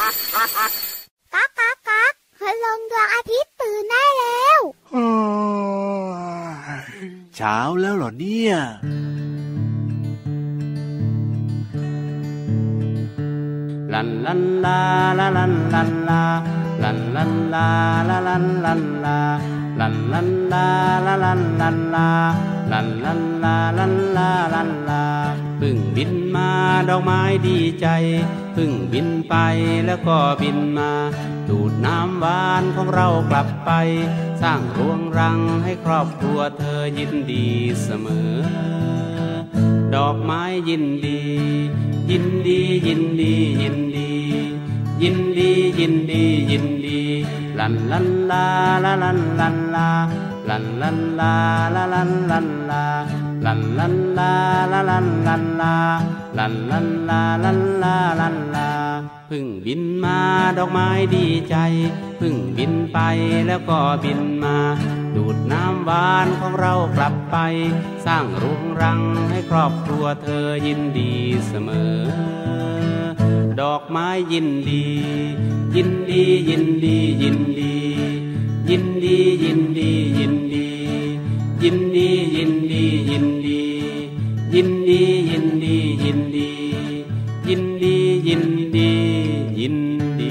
ก๊ากก๊ากก๊ากคืลงดวงอาทิตย์ตื่นได้แล้วเช้าแล้วเหรอเนี่ยลันลันลาลาลันลันลาลันลันลาลาลันลันลาลันลันลาลาลันลันลาลันลันลาลันลาลันลาพึ่งบินมาดอกไม้ดีใจพึ่งบินไปแล้วก็บินมาดูดน้ำหวานของเรากลับไปสร้างรวงรังให้ครอบครัวเธอยินดีเสมอดอกไม้ยินดียินดียินดียินดียินดียินดียินดีลันลันลาลาลันลันลาลันลันลาลาลันลันลาลันลันลาลาลันลันลาลันลันลาลันลาลันลาพึ่งบินมาดอกไม้ดีใจพึ่งบินไปแล้วก็บินมาดูดน้ำหวานของเรากลับไปสร้างรวงรังให้ครอบครัวเธอยินดีเสมอดอกไม้ยินดียินดียินดียินดียินดียินดียินดียินดียินดียินดียินดียินดียินดียินดียินดียินดี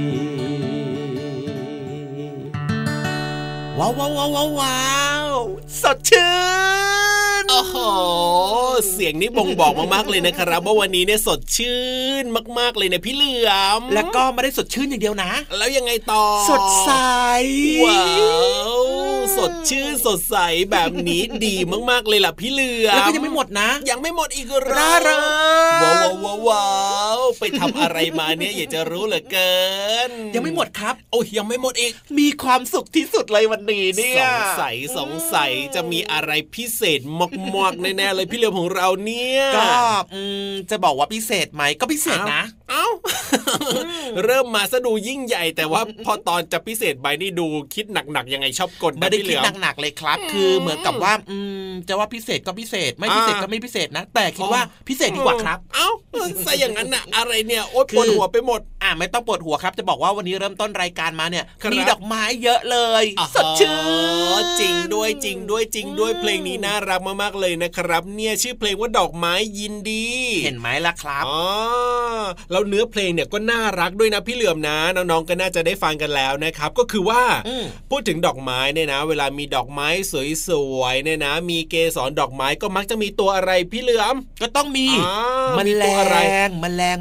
ว้าวว้าวว้าวว้าวสดชื่นโอ้โหเสียงนี้บ่งบอกมากๆเลยนะครับว่าวันนี้เนี่ยสดชื่นมากๆเลยนะพี่เหลือมแล้วก็ไม่ได้สดชื่นอย่างเดียวนะแล้วยังไงต่อสดใสว้าวสดชื่นสดใสแบบนี้ดีมากๆเลยล่ะพี่เหลือมแล้วก็ยังไม่หมดนะยังไม่หมดอีกเหรอร่าเริงว้าวว้าวว้าวไปทำอะไรมาเนี่ยอยากจะรู้เหลือเกินยังไม่หมดครับโอ้ยยังไม่หมดอีกมีความสุขที่สุดเลยวันนี้เนี่ยสงสัยจะมีอะไรพิเศษมากๆแน่ๆเลยพี่เหลือมของเราเนี่ยก็จะบอกว่าพิเศษไหมก็พิเศษนะเอ้า เริ่มมาซะดูยิ่งใหญ่แต่ว่าพอตอนจะพิเศษไปนี่ดูคิดหนักๆยังไงชอบกดไม่ได้คิดหนักๆเลยครับคือเหมือนกับว่าจะว่าพิเศษก็พิเศษไม่พิเศษก็ไม่พิเศษนะแต่คิดว่าพิเศษดีกว่าครับเอ้าซะอย่างนั้นน่ะอะไรเนี่ยโอ๊ยปวดหัวไปหมดไม่ต้องปวดหัวครับจะบอกว่าวันนี้เริ่มต้นรายการมาเนี่ยมีดอกไม้เยอะเลยสดชื่นจริงด้วยจริงด้วยจริงด้วยเพลงนี้น่ารักมากๆเลยนะครับเนี่ยชื่อเพลงว่าดอกไม้ยินดีเห็นไหมล่ะครับแล้วเนื้อเพลงเนี่ยก็น่ารักด้วยนะพี่เหลือมนะน้องๆก็น่าจะได้ฟังกันแล้วนะครับก็คือว่าพูดถึงดอกไม้เนี่ยนะเวลามีดอกไม้สวยๆเนี่ยนะมีเกสรดอกไม้ก็มักจะมีตัวอะไรพี่เหลือมก็ต้องมีแมลง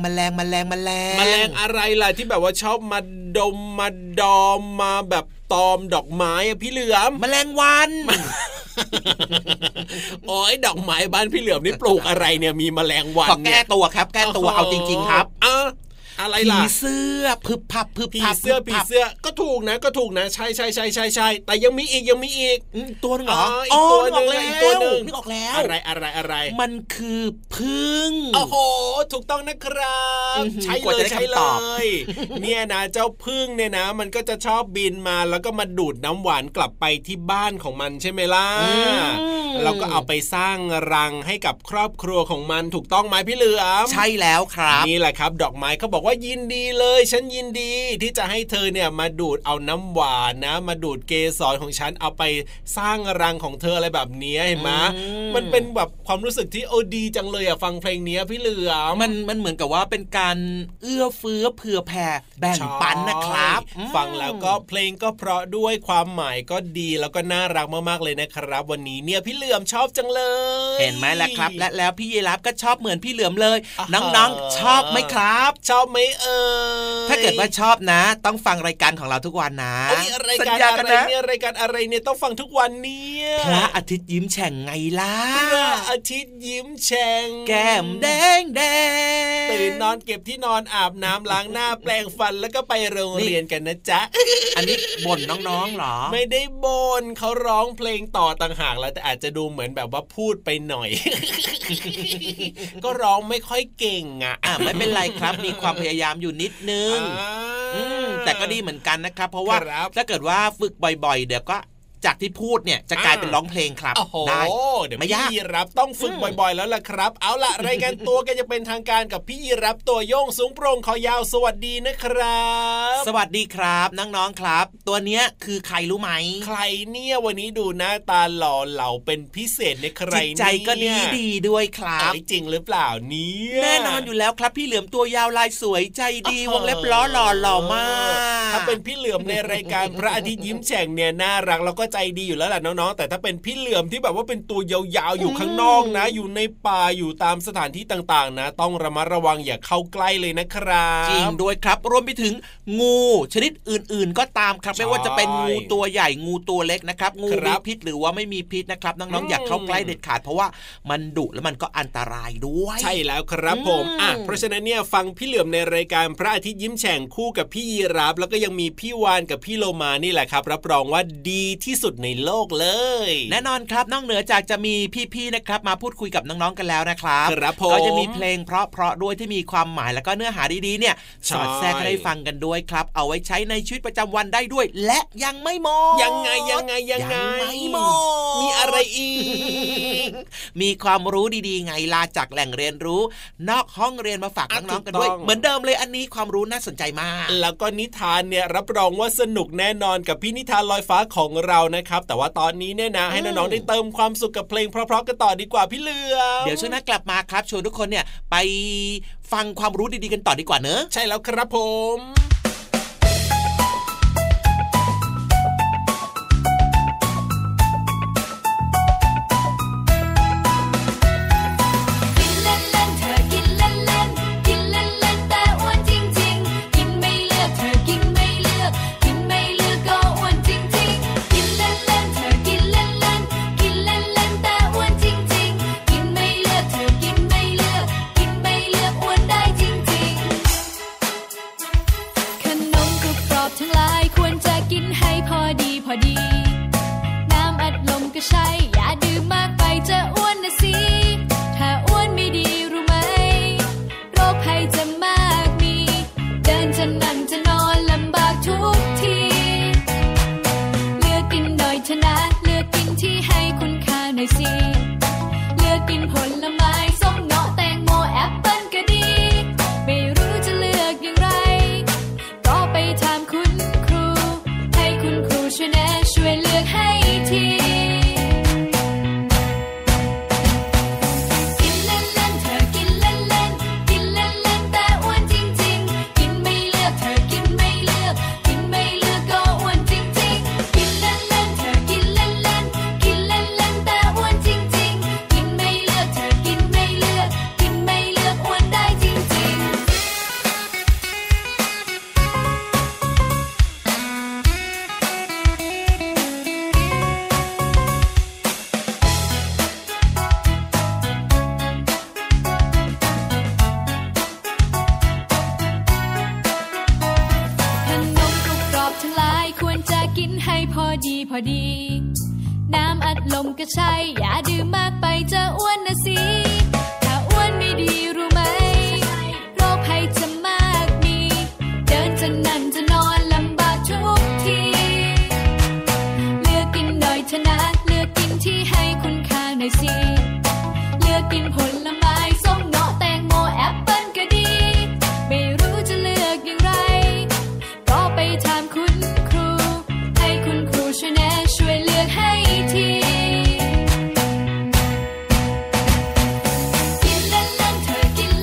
อะไรล่ะที่แบบว่าชอบมาดมมาดอมมาแบบตอมดอกไม้อะพี่เหลือมแมลงวันโอ้ยดอกไม้บ้านพี่เหลือมนี่ปลูกอะไรเนี่ยมีแมลงวันเนี่ยแก้ตัวครับแก้ตัวเอาจริงๆครับอะไรล่ะผีเสื้อพึบพับผีเสื้อก็ถูกนะใช่แต่ยังมีอีกตัวนึงเหรออีกตัวนึงนึกออกแล้วอะไรมันคือพึ่งโอ้โหถูกต้องนะครับใช่เลยเนี่ยนะเจ้าพึ่งเนี่ยนะมันก็จะชอบบินมาแล้วก็มาดูดน้ำหวานกลับไปที่บ้านของมันใช่ไหมล่ะเราก็เอาไปสร้างรังให้กับครอบครัวของมันถูกต้องไหมพี่เหลือมใช่แล้วครับนี่แหละครับดอกไม้เขาบอกว่ายินดีเลยฉันยินดีที่จะให้เธอเนี่ยมาดูดเอาน้ำหวานนะมาดูดเกสรของฉันเอาไปสร้างรังของเธออะไรแบบนี้เห็นไหมมันเป็นแบบความรู้สึกที่ดีจังเลยอ่ะฟังเพลงนี้พี่เหลือมันเหมือนกับว่าเป็นการเอื้อเฟื้อเผื่อแผ่แบ่งปันนะครับฟังแล้วก็เพลงก็เพราะด้วยความหมายก็ดีแล้วก็น่ารักมากๆเลยนะครับวันนี้เนี่ยพี่เหลือมชอบจังเลยเห็นไหมล่ะครับและแล้วพี่ยีรับก็ชอบเหมือนพี่เหลือมเลยน้องๆชอบไหมครับชอบไหมถ้าเกิดว่าชอบนะต้องฟังรายการของเราทุกวันนะสัญญากันนะรายการอะไรเนี่ยต้องฟังทุกวันเนี่ยพระอาทิตย์ยิ้มแฉ่งไงล่ะพระอาทิตย์ยิ้มแฉ่งแก้มแดงตื่นนอนเก็บที่นอนอาบน้ำล้างหน้าแปรงฟันแล้วก็ไปโรงเรียนกันนะจ๊ะอันนี้บ่นน้องๆหรอไม่ได้บ่นเขาร้องเพลงต่อต่างหากแล้วแต่อาจจะดูเหมือนแบบว่าพูดไปหน่อย ก็ร้องไม่ค่อยเก่งอ่ะไม่เป็นไรครับมีความพยายามอยู่นิดนึงแต่ก็ดีเหมือนกันนะครับเพราะว่าถ้าเกิดว่าฝึกบ่อยๆเดี๋ยวก็จากที่พูดเนี่ยจะกลายเป็นร้องเพลงครับได้เดี๋ยวพี่ยีรับต้องฝึกบ่อยๆแล้วล่ะครับเอาล่ะรายการตัวกันจะเป็นทางการกับพี่ยีรับตัวโยงสูงโปร่งคอยาวสวัสดีนะครับสวัสดีครับน้องๆครับตัวเนี้ยคือใครรู้ไหมใครเนี่ยวันนี้ดูหน้าตาหล่อเหลาเป็นพิเศษในใครจิตใจก็ดีด้วยครับจริงหรือเปล่าเนี่ยแน่นอนอยู่แล้วครับพี่เหลือมตัวยาวลายสวยใจดีวงเล็บล้อหล่อมากถ้าเป็นพี่เหลือมในรายการพระอาทิตย์ยิ้มแฉ่งเนี่ยน่ารักแล้วก็ใจดีอยู่แล้วแหละน้องๆแต่ถ้าเป็นพี่เหลือมที่แบบว่าเป็นตัวยาวๆอยู่ข้างนอกนะอยู่ในป่าอยู่ตามสถานที่ต่างๆนะต้องระมัดระวังอย่าเข้าใกล้เลยนะครับจริงด้วยครับรวมไปถึงงูชนิดอื่นๆก็ตามครับไม่ว่าจะเป็นงูตัวใหญ่งูตัวเล็กนะครับงูมีพิษหรือว่าไม่มีพิษนะครับน้องๆอย่าเข้าใกล้เด็ดขาดเพราะว่ามันดุแล้วมันก็อันตรายด้วยใช่แล้วครับผมเพราะฉะนั้นเนี่ยฟังพี่เหลือมในรายการพระอาทิตย์ยิ้มแฉ่งคู่กับพี่ยีราฟแล้วก็ยังมีพี่วานกับพี่โลมานี่แหละครับรับรองว่าดีที่สุดในโลกเลยแน่นอนครับนอกเหนือจากจะมีพี่ๆนะครับมาพูดคุยกับน้องๆกันแล้วนะครับครับผมก็จะมีเพลงเพราะๆด้วยที่มีความหมายแล้วก็เนื้อหาดีๆเนี่ยสอดแทรกให้ฟังกันด้วยครับเอาไว้ใช้ในชีวิตประจำวันได้ด้วยและยังไม่หมดยังไงไม่หมดมีอะไรอีกมีความรู้ดีๆไงลาจากแหล่งเรียนรู้นอกห้องเรียนมาฝากน้องๆกันด้วยเหมือนเดิมเลยอันนี้ความรู้น่าสนใจมากแล้วก็นิทานเนี่ยรับรองว่าสนุกแน่นอนกับพี่นิทานลอยฟ้าของเรานะครับแต่ว่าตอนนี้เนี่ยนะให้น้องๆได้เติมความสุขกับเพลงเพราะๆกันต่อดีกว่าพี่เหลือมเดี๋ยวช่วงหน้ากลับมาครับชวนทุกคนเนี่ยไปฟังความรู้ดีๆกันต่อดีกว่าเนอะใช่แล้วครับผมพอดีน้ำอัดลมก็ใช่อย่าดื่มมากไปจะอ้วนนะสิถ้าอ้วนไม่ดีรู้ไหมโรคภัยจะมากมีเดินจะนั่งจะนอนลำบากทุกทีเลือกกินหน่อยเถอะนะเลือกกินที่ให้คุณค่าหน่อยสิเลือกกินผลไม้ส้มเงาะแตงโมแอปเปิ้ลก็ดีไม่รู้จะเลือกอย่างไรก็ไปถามคุณครูให้คุณครูช่วยแนะช่วยเลือกให้ทีกินเล่นๆเธอกิน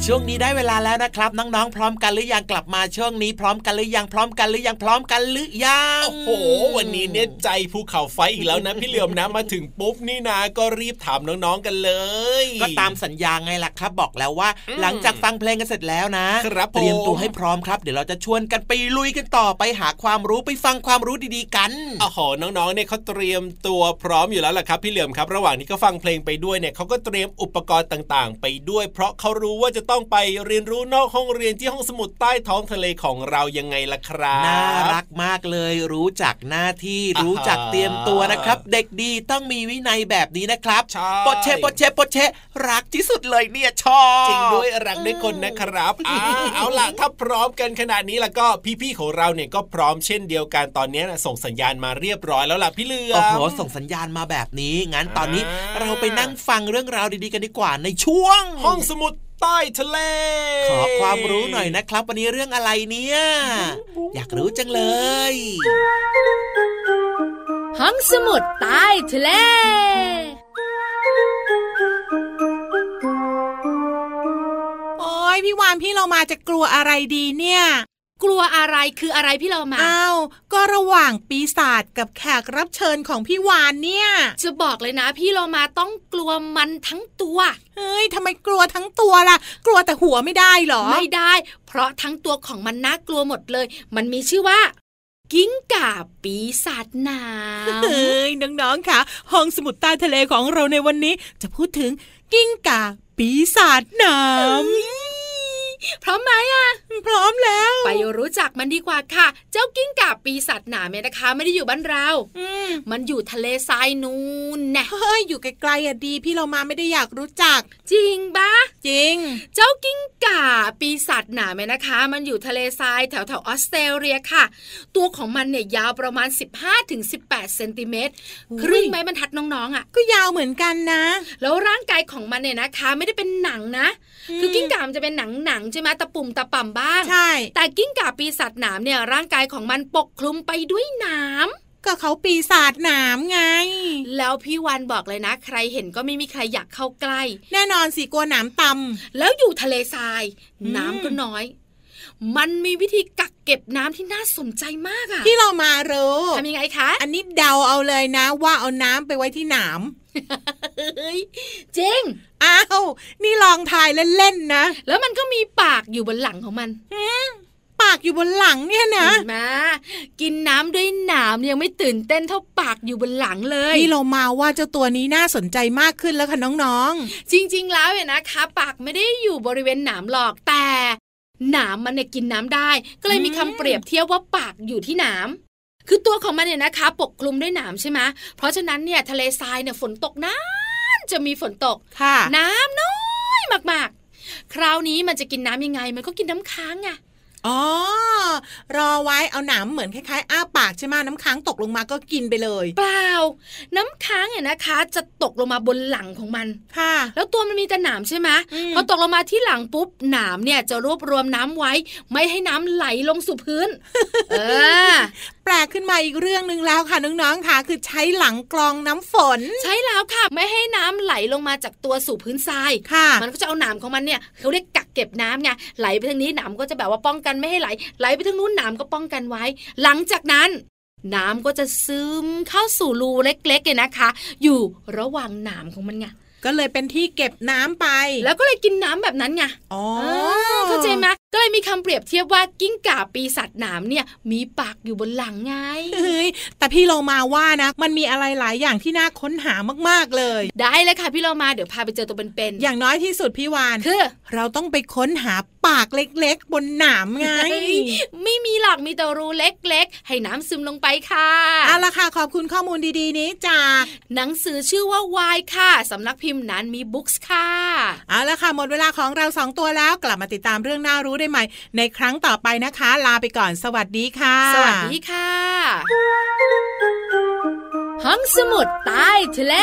ช่วงนี้ได้เวลาแล้วนะครับน้องๆพร้อมกันหรือยังกลับมาช่วงนี้พร้อมกันหรือยังพร้อมกันหรือยังพร้อมกันหรือยังโอ้โหวันนี้เนี่ยใจภูเขาไฟอีกแล้วนะพี่เหลือมนะมาถึงปุ๊บนี่นะก็รีบถามน้องๆกันเลยก็ตามสัญญาไงล่ะครับบอกแล้วว่าหลังจากฟังเพลงกันเสร็จแล้วนะเตรียมตัวให้พร้อมครับเดี๋ยวเราจะชวนกันไปลุยกันต่อไปหาความรู้ไปฟังความรู้ดีๆกันโอ้โหน้องๆเนี่ยเขาเตรียมตัวพร้อมอยู่แล้วล่ะครับพี่เหลือมครับระหว่างที่เขาฟังเพลงไปด้วยเนี่ยเขาก็เตรียมอุปกรณ์ต่างๆไปด้วยเพราะเขารู้ว่าจะต้องไปเรียนรู้นอกห้องเรียนที่ห้องสมุดใต้ท้องทะเลของเรายังไงล่ะครับน่ารักมากเลยรู้จักหน้าที่รู้จักเตรียมตัวนะครับเด็กดีต้องมีวินัยแบบนี้นะครับปดเชปดเชปดเชรักที่สุดเลยเนี่ยชอบจริงด้วยรักด้วยคนนะครับเอาล่ะถ้าพร้อมกันขนาดนี้แล้วก็พี่ๆของเราเนี่ยก็พร้อมเช่นเดียวกันตอนนี้ส่งสัญญาณมาเรียบร้อยแล้วล่ะพี่เหลือมโอ้โหส่งสัญญาณมาแบบนี้งั้นตอนนี้เราไปนั่งฟังเรื่องราวดีๆกันดีกว่าในช่วงห้องสมุดใต้ทะเลขอความรู้หน่อยนะครับวันนี้เรื่องอะไรเนี่ยอยากรู้จังเลยห้องสมุดใต้ทะเลโอ้ยพี่วานพี่เรามาจะกลัวอะไรดีเนี่ยกลัวอะไรคืออะไรพี่เรามาอ้าวก็ระหว่างปีศาจกับแขกรับเชิญของพี่วานเนี่ยจะบอกเลยนะพี่เรามาต้องกลัวมันทั้งตัวเฮ้ยทำไมกลัวทั้งตัวล่ะกลัวแต่หัวไม่ได้หรอไม่ได้เพราะทั้งตัวของมันน่ากลัวหมดเลยมันมีชื่อว่ากิ้งก่าปีศาจน้ำเฮ้ยน้องๆค่ะห้องสมุดใต้ทะเลของเราในวันนี้จะพูดถึงกิ้งก่าปีศาจน้ำพร้อมไหมอ่ะพร้อมแล้วไปรู้จักมันดีกว่าค่ะเจ้ากิ้งก่าปีศาจหนามเนี่ยนะคะไม่ได้อยู่บ้านเรามันอยู่ทะเลทรายนู่นแน่เฮ้ยอยู่ไกลๆอ่ะดีพี่เรามาไม่ได้อยากรู้จักจริงปะจริงเจ้ากิ้งก่าปีศาจหนามเนี่ยนะคะมันอยู่ทะเลทรายแถวๆออสเตรเลียค่ะตัวของมันเนี่ยยาวประมาณ 15-18 เซนติเมตรครึ่งไม้บรรทัดน้องๆอ่ะก็ยาวเหมือนกันนะแล้วร่างกายของมันเนี่ยนะคะไม่ได้เป็นหนังนะคือกิ้งก่ามันจะเป็นหนังใช่ไหมตะปุ่มตะป่ำบ้างใช่แต่กิ้งก่าปีศาจหนามเนี่ยร่างกายของมันปกคลุมไปด้วยหนามก็เขาปีศาจหนามไงแล้วพี่วันบอกเลยนะใครเห็นก็ไม่มีใครอยากเข้าใกล้แน่นอนสิกลัวหนามต่ำแล้วอยู่ทะเลทรายน้ำก็น้อยมันมีวิธีกักเก็บน้ำที่น่าสนใจมากอะที่เรามารู้ทำยังไงคะอันนี้เดาเอาเลยนะว่าเอาน้ำไปไว้ที่หนามจริงอ้าวนี่ลองทายเล่นๆนะแล้วมันก็มีปากอยู่บนหลังของมันปากอยู่บนหลังเนี่ยนะมากินน้ำด้วยหนามยังไม่ตื่นเต้นเท่าปากอยู่บนหลังเลยนี่เรามาว่าเจ้าตัวนี้น่าสนใจมากขึ้นแล้วค่ะน้องๆจริงๆแล้วเนี่ยนะคะปากไม่ได้อยู่บริเวณหนามหรอกแต่หนามมันเนี่ยกินน้ำได้ก็เลยมีคำเปรียบเทียบว่าปากอยู่ที่หนามคือตัวของมันเนี่ยนะคะปกคลุมด้วยหนามใช่ไหมเพราะฉะนั้นเนี่ยทะเลทรายเนี่ยฝนตกนานจะมีฝนตกน้ำน้อยมากๆคราวนี้มันจะกินน้ำยังไงมันก็กินน้ำค้างไงอ๋อรอไว้เอาหนามเหมือนคล้ายๆอ้าปากใช่ไหมน้ำค้างตกลงมาก็กินไปเลยเปล่าน้ำค้างเนี่ยนะคะจะตกลงมาบนหลังของมันค่ะแล้วตัวมันมีแต่หนามใช่ไหมพอตกลงมาที่หลังปุ๊บหนามเนี่ยจะรวบรวมน้ำไว้ไม่ให้น้ำไหลลงสู่พื้นแปลกขึ้นมาอีกเรื่องนึงแล้วค่ะน้องๆค่ะคือใช้หลังกรองน้ำฝนใช่แล้วค่ะไม่ให้น้ำไหลลงมาจากตัวสู่พื้นทรายมันก็จะเอาหนามของมันเนี่ยเขาเรียกกักเก็บน้ำไงไหลไปทางนี้หนามก็จะแบบว่าป้องกันไม่ให้ไหลไปทางนู้นหนามก็ป้องกันไว้หลังจากนั้นน้ำก็จะซึมเข้าสู่รูเล็กๆเนี่ยนะคะอยู่ระหว่างหนามของมันไงก็เลยเป็นที่เก็บน้ำไปแล้วก็เลยกินน้ำแบบนั้นไงเข้าใจไหมก็เลยมีคำเปรียบเทียบว่ากิ้งก่าปีศาจหนามเนี่ยมีปากอยู่บนหลังไงเฮ้ยแต่พี่เรามาว่านะมันมีอะไรหลายอย่างที่น่าค้นหามากๆเลยได้เลยค่ะพี่เรามาเดี๋ยวพาไปเจอตัวเป็นๆอย่างน้อยที่สุดพี่วานคือเราต้องไปค้นหาปากเล็กๆบนหนามไงไม่มีหรอกมีแต่รูเล็กๆให้น้ำซึมลงไปค่ะเอาล่ะค่ะขอบคุณข้อมูลดีๆนี้จากหนังสือชื่อว่าวายค่ะสำนักพิมพ์นั้นมีบุ๊กส์ค่ะเอาล่ะค่ะหมดเวลาของเรา2ตัวแล้วกลับมาติดตามเรื่องน่ารู้ได้ใหม่ในครั้งต่อไปนะคะลาไปก่อนสวัสดีค่ะสวัสดีค่ะห้องสมุดใต้ทะเล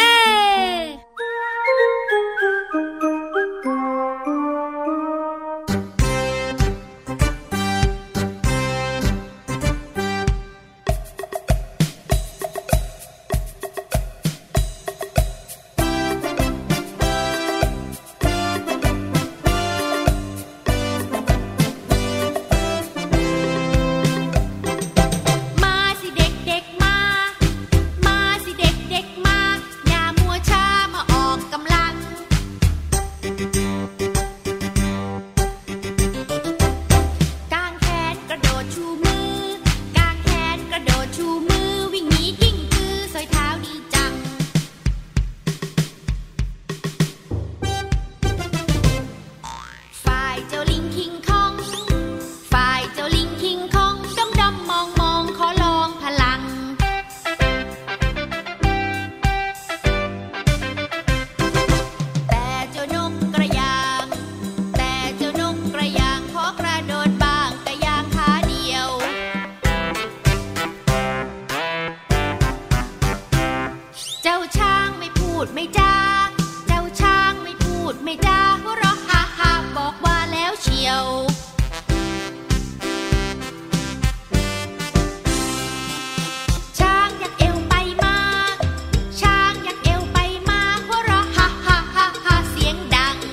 ดไม่จ้าเจ้าช้างไม่พูดไม่จ้าหัวเราะฮ่าฮ่าบอกว่าแล้วเชียวช้างยักเอวไปมาช้างยักเอวไปมาหัวเราะฮ่าฮ่าฮ่าฮ่าเสียงดัง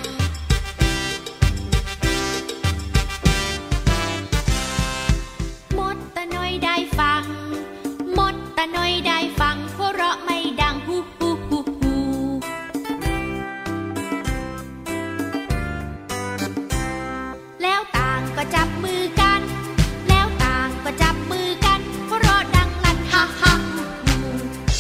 มดตะน้อยได้ฟังมดตะน้อยได้ฟังหัวเราะไม่ดังฮู้ฮู้ฮู้ฮู้แล้วต่างก็จับมือกันแล้วต่างก็จับมือกันหัวเราะดังลั่นฮ่าฮ่าฮู้ฮู้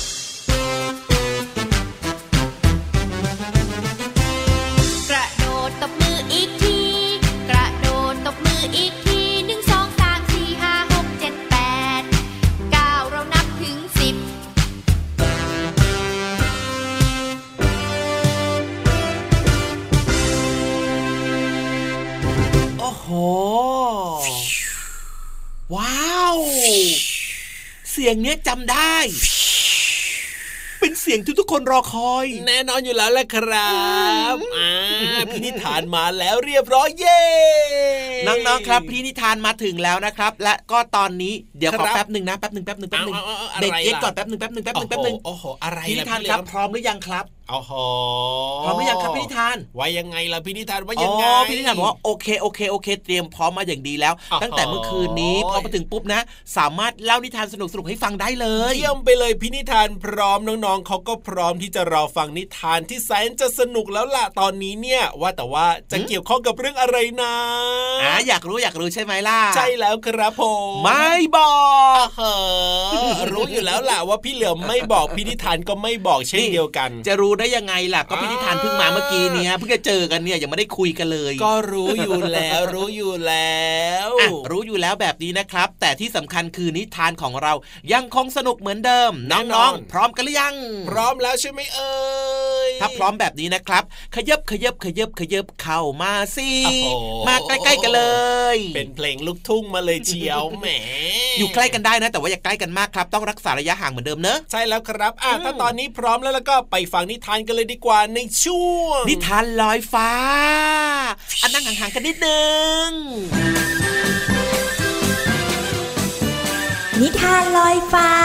กระโดดตบมืออีกทีกระโดดตบมืออีกที1 2 3 4 5 6 7 8 9เรานับถึง10 โอ้โหว้าว เสียงเนี้ยจำได้เป็นเสียงที่ทุกคนรอคอยแน่นอนอยู่แล้วแหละครับพี่นิทานมาแล้วเรียบร้อยเย้น้องๆครับพี่นิทานมาถึงแล้วนะครับและก็ตอนนี้เดี๋ยวขอแป๊บนึงนะแป๊บนึงเด็กเอ็กก่อนแป๊บนึงโอ้โหอะไรพี่นิทานครับพร้อมหรือยังครับโอ้โหพร้อมหรือยังครับพี่นิทานว่ายังไงล่ะพี่นิทานว่ายังไงพี่นิทานบอกว่าโอเคเตรียมพร้อมมาอย่างดีแล้วตั้งแต่เมื่อคืนนี้พอมาถึงปุ๊บนะสามารถเล่านิทานสนุกๆให้ฟังได้เลยเยี่ยมไปเลยพี่นิทานพร้อมน้องๆเขาก็พร้อมที่จะรอฟังนิทานที่แสนจะสนุกแล้วล่ะตอนนี้เนี่ยว่าแต่ว่าจะเกี่ยวข้องกับเรื่องอะไรนะอยากรู้ใช่ไหมล่ะใช่แล้วครับผมไม่บอกรู้อยู่แล้วล่ะว่าพี่เหลือมไม่บอกพี่นิทานก็ไม่บอกเช่นเดียวกันจะรู้ได้ยังไงล่ะก็พี่นิทานเพิ่งมาเมื่อกี้เนี่ยเพิ่งจะเจอกันเนี่ยยังไม่ได้คุยกันเลยก็รู้อยู่แล้วรู้อยู่แล้วแบบนี้นะครับแต่ที่สำคัญคือนิทานของเรายังคงสนุกเหมือนเดิมน้องๆพร้อมกันหรือยังพร้อมแล้วใช่ไหมเอ่ยถ้าพร้อมแบบนี้นะครับขยับเข้ามาสิมาใกล้ๆกันเลยเป็นเพลงลูกทุ่งมาเลยเชียวแหมอยู่ใกล้กันได้นะแต่ว่าอย่าใกล้กันมากครับต้องรักษาระยะห่างเหมือนเดิมเนอะใช่แล้วครับถ้าตอนนี้พร้อมแล้วก็ไปฟังนิทานกันเลยดีกว่าในช่วงนิทานลอยฟ้านั่งห่างๆกันนิดนึงนิทานลอยฟ้า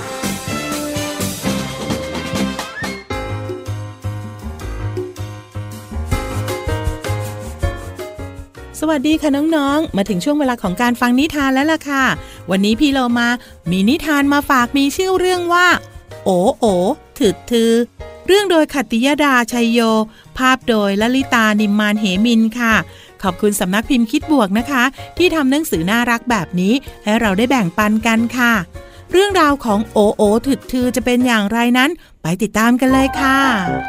สวัสดีค่ะน้องๆมาถึงช่วงเวลาของการฟังนิทานแล้วล่ะค่ะวันนี้พี่เรามามีนิทานมาฝากมีชื่อเรื่องว่าโอโอถึดทือเรื่องโดยขัตติยดาชัยโยภาพโดยลลิตานิมมานเหมินค่ะขอบคุณสำนักพิมพ์คิดบวกนะคะที่ทำหนังสือน่ารักแบบนี้ให้เราได้แบ่งปันกันค่ะเรื่องราวของโอโอถึดทือจะเป็นอย่างไรนั้นไปติดตามกันเลยค่ะ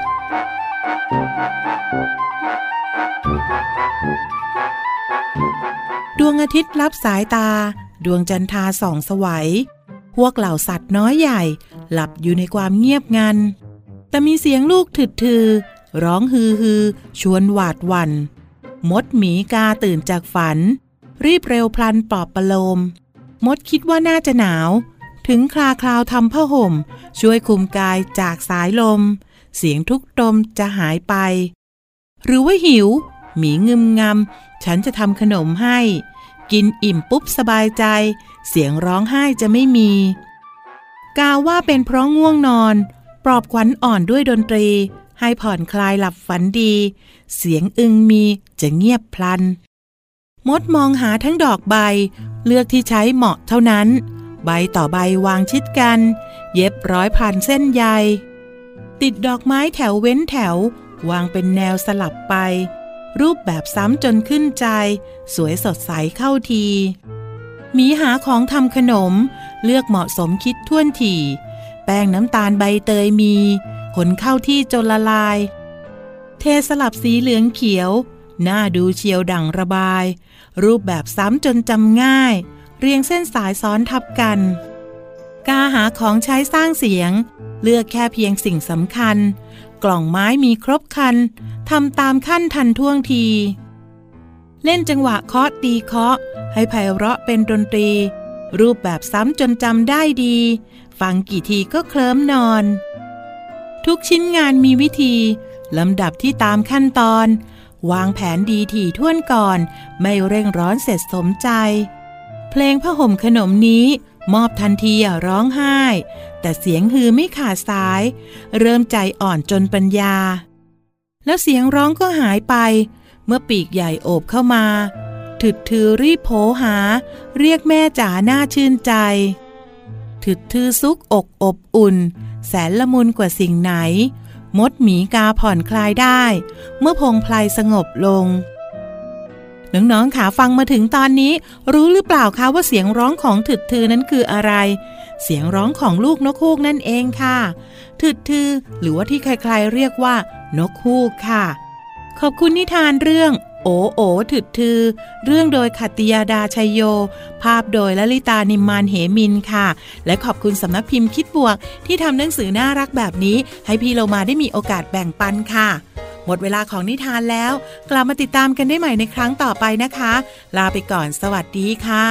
ดวงอาทิตย์ลับสายตาดวงจันทราส่องไสวพวกเหล่าสัตว์น้อยใหญ่หลับอยู่ในความเงียบงันแต่มีเสียงลูกถึดทือร้องฮือชวนหวาดหวั่นมดหมีกาตื่นจากฝันรีบเร็วพลันปลอบประโลมมดคิดว่าน่าจะหนาวถึงคลาวทำผ้าห่มช่วยคุมกายจากสายลมเสียงทุกตมจะหายไปหรือว่าหิวหมีงึมงำฉันจะทำขนมให้กินอิ่มปุ๊บสบายใจเสียงร้องไห้จะไม่มีกล่าวว่าเป็นเพราะง่วงนอนปลอบขวัญอ่อนด้วยดนตรีให้ผ่อนคลายหลับฝันดีเสียงอึงมีจะเงียบพลันมดมองหาทั้งดอกใบเลือกที่ใช้เหมาะเท่านั้นใบต่อใบวางชิดกันเย็บ100,000เส้นใยติดดอกไม้แถวเว้นแถววางเป็นแนวสลับไปรูปแบบซ้ำจนขึ้นใจสวยสดใสเข้าทีหมีหาของทำขนมเลือกเหมาะสมคิดท่วนถี่แป้งน้ำตาลใบเตยมีคนเข้าที่จนละลายเทสลับสีเหลืองเขียวน่าดูเชียวดั่งระบายรูปแบบซ้ำจนจำง่ายเรียงเส้นสายซ้อนทับกันกาหาของใช้สร้างเสียงเลือกแค่เพียงสิ่งสำคัญกล่องไม้มีครบคันทำตามขั้นทันท่วงทีเล่นจังหวะเคาะตีเคาะให้ไพเราะเป็นดนตรีรูปแบบซ้ำจนจำได้ดีฟังกี่ทีก็เคลิ้มนอนทุกชิ้นงานมีวิธีลำดับที่ตามขั้นตอนวางแผนดีถี่ถ้วนก่อนไม่เร่งร้อนเสร็จสมใจเพลงผ้าห่มขนมนี้มอบทันทีอย่าร้องไห้แต่เสียงฮือไม่ขาดสายเริ่มใจอ่อนจนปัญญาแล้วเสียงร้องก็หายไปเมื่อปีกใหญ่โอบเข้ามาถึดทือรีบโผหาเรียกแม่จ๋าหน้าชื่นใจถึดทือซุกอกอบอุ่นแสนละมุนกว่าสิ่งไหนมดหมีกาผ่อนคลายได้เมื่อพงไพลสงบลงน้องๆขาฟังมาถึงตอนนี้รู้หรือเปล่าคะว่าเสียงร้องของถึดทือนั้นคืออะไรเสียงร้องของลูกนกฮูกนั่นเองค่ะถึดทือหรือว่าที่ใครๆเรียกว่านกฮูกค่ะขอบคุณนิทานเรื่องโอโอถึดทือเรื่องโดยขัตติยาดาชัยโยภาพโดยลลิตานิมมานเหมินค่ะและขอบคุณสำนักพิมพ์คิดบวกที่ทำหนังสือน่ารักแบบนี้ให้พี่โลมาได้มีโอกาสแบ่งปันค่ะหมดเวลาของนิทานแล้วกลับมาติดตามกันได้ใหม่ในครั้งต่อไปนะคะลาไปก่อนสวัสดีค่ะ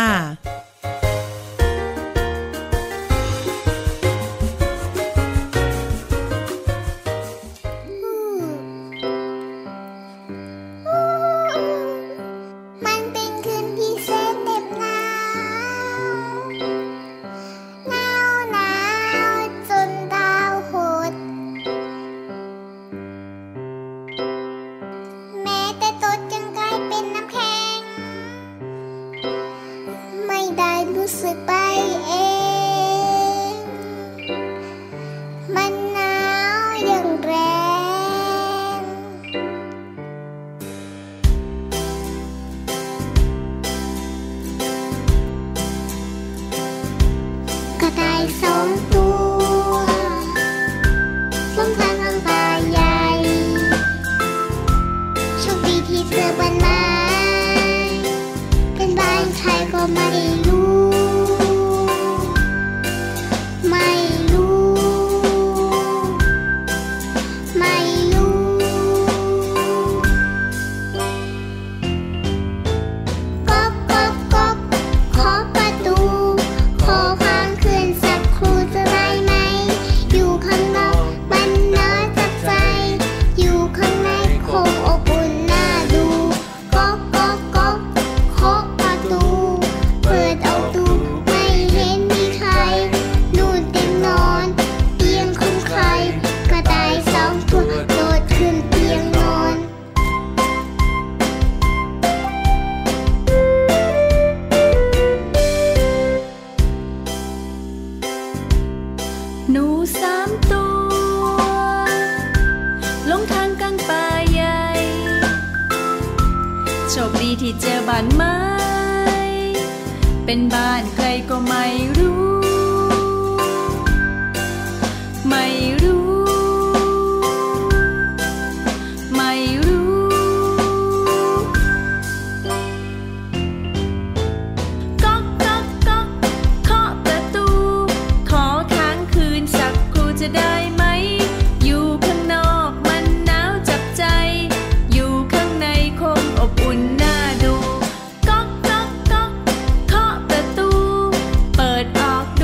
ที่เจอบ้านไม้เป็นบ้านใครก็ไม่รู้ไม่รู้ไม่รู้ก๊อกก๊อกก๊อกเคาะประตูขอค้างคืนสักครู่จะได้ไหมอยู่ข้างนอกมันหนาวจับใจอยู่ข้างในคงอบอุ่นน่าดูก๊อกก๊อกก๊อกเคาะประตูเปิดออก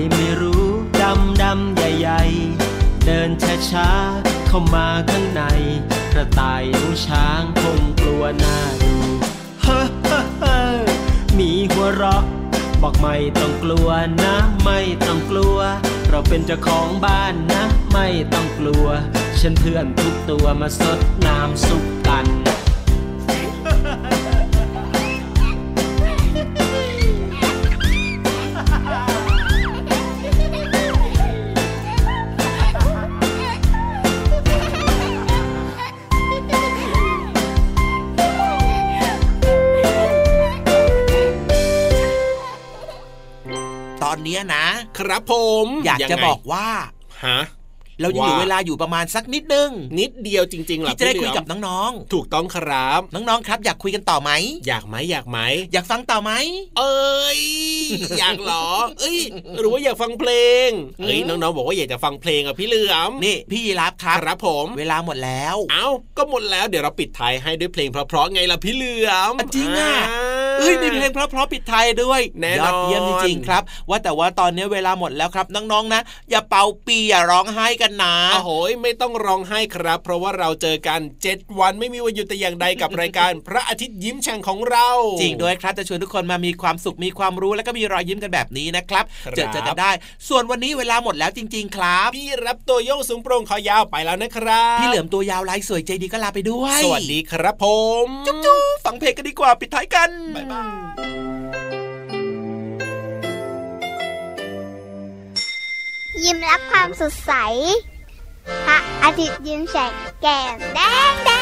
ไม่รู้ดำใหญ่ๆเดินช้าๆเข้ามาข้างในกระต่ายน้องช้างคงกลัวหน้าดูเฮ้อมีหัวเราะบอกไม่ต้องกลัวนะไม่ต้องกลัวเราเป็นเจ้าของบ้านนะไม่ต้องกลัวฉันเพื่อนทุกตัวมาสดน้ำซุปกันตอนนี้นะครับผมอยากจะบอกว่าฮะเรายังเหลือเวลาอยู่ประมาณสักนิดนึงนิดเดียวจริงๆหรอที่จะได้คุยกับน้องๆถูกต้องครับน้องๆครับอยากคุยกันต่อไหมอยากไหมอยากฟังต่อไหมอยากหรอหรือว่าอยากฟังเพลงน้องๆบอกว่าอยากจะฟังเพลงอ่ะพี่เหลือมนี่พี่ยีราฟครับผมเวลาหมดแล้วก็หมดแล้วเดี๋ยวเราปิดท้ายให้ด้วยเพลงเพราะๆไงล่ะพี่เหลือมจริงอ่ะมีเพลงเพราะๆปิดท้ายด้วยยอดเยี่ยมจริงๆครับว่าแต่ว่าตอนนี้เวลาหมดแล้วครับน้องๆนะอย่าเป่าปีอย่าร้องไห้กันนะโอ้ยไม่ต้องร้องไห้ครับเพราะว่าเราเจอกัน7วันไม่มีวันหยุดแต่อย่างใดกับรายการ พระอาทิตย์ยิ้มแฉ่งของเราจริงด้วยครับจะชวนทุกคนมามีความสุขมีความรู้แล้วก็มีรอยยิ้มกันแบบนี้นะครับเจอกันได้ส่วนวันนี้เวลาหมดแล้วจริงๆครับพี่รับตัวโยงสูงโปร่งคอยาวไปแล้วนะครับพี่เหลือมตัวยาวลายสวยใจดีก็ลาไปด้วยสวัสดีครับผมจุ๊บๆฟังเพลงกันดีกว่าปิดท้ายกันบ๊ายบายยิ้มรับความสดใสพระอาทิตย์ยิ้มแฉกแก้มแดง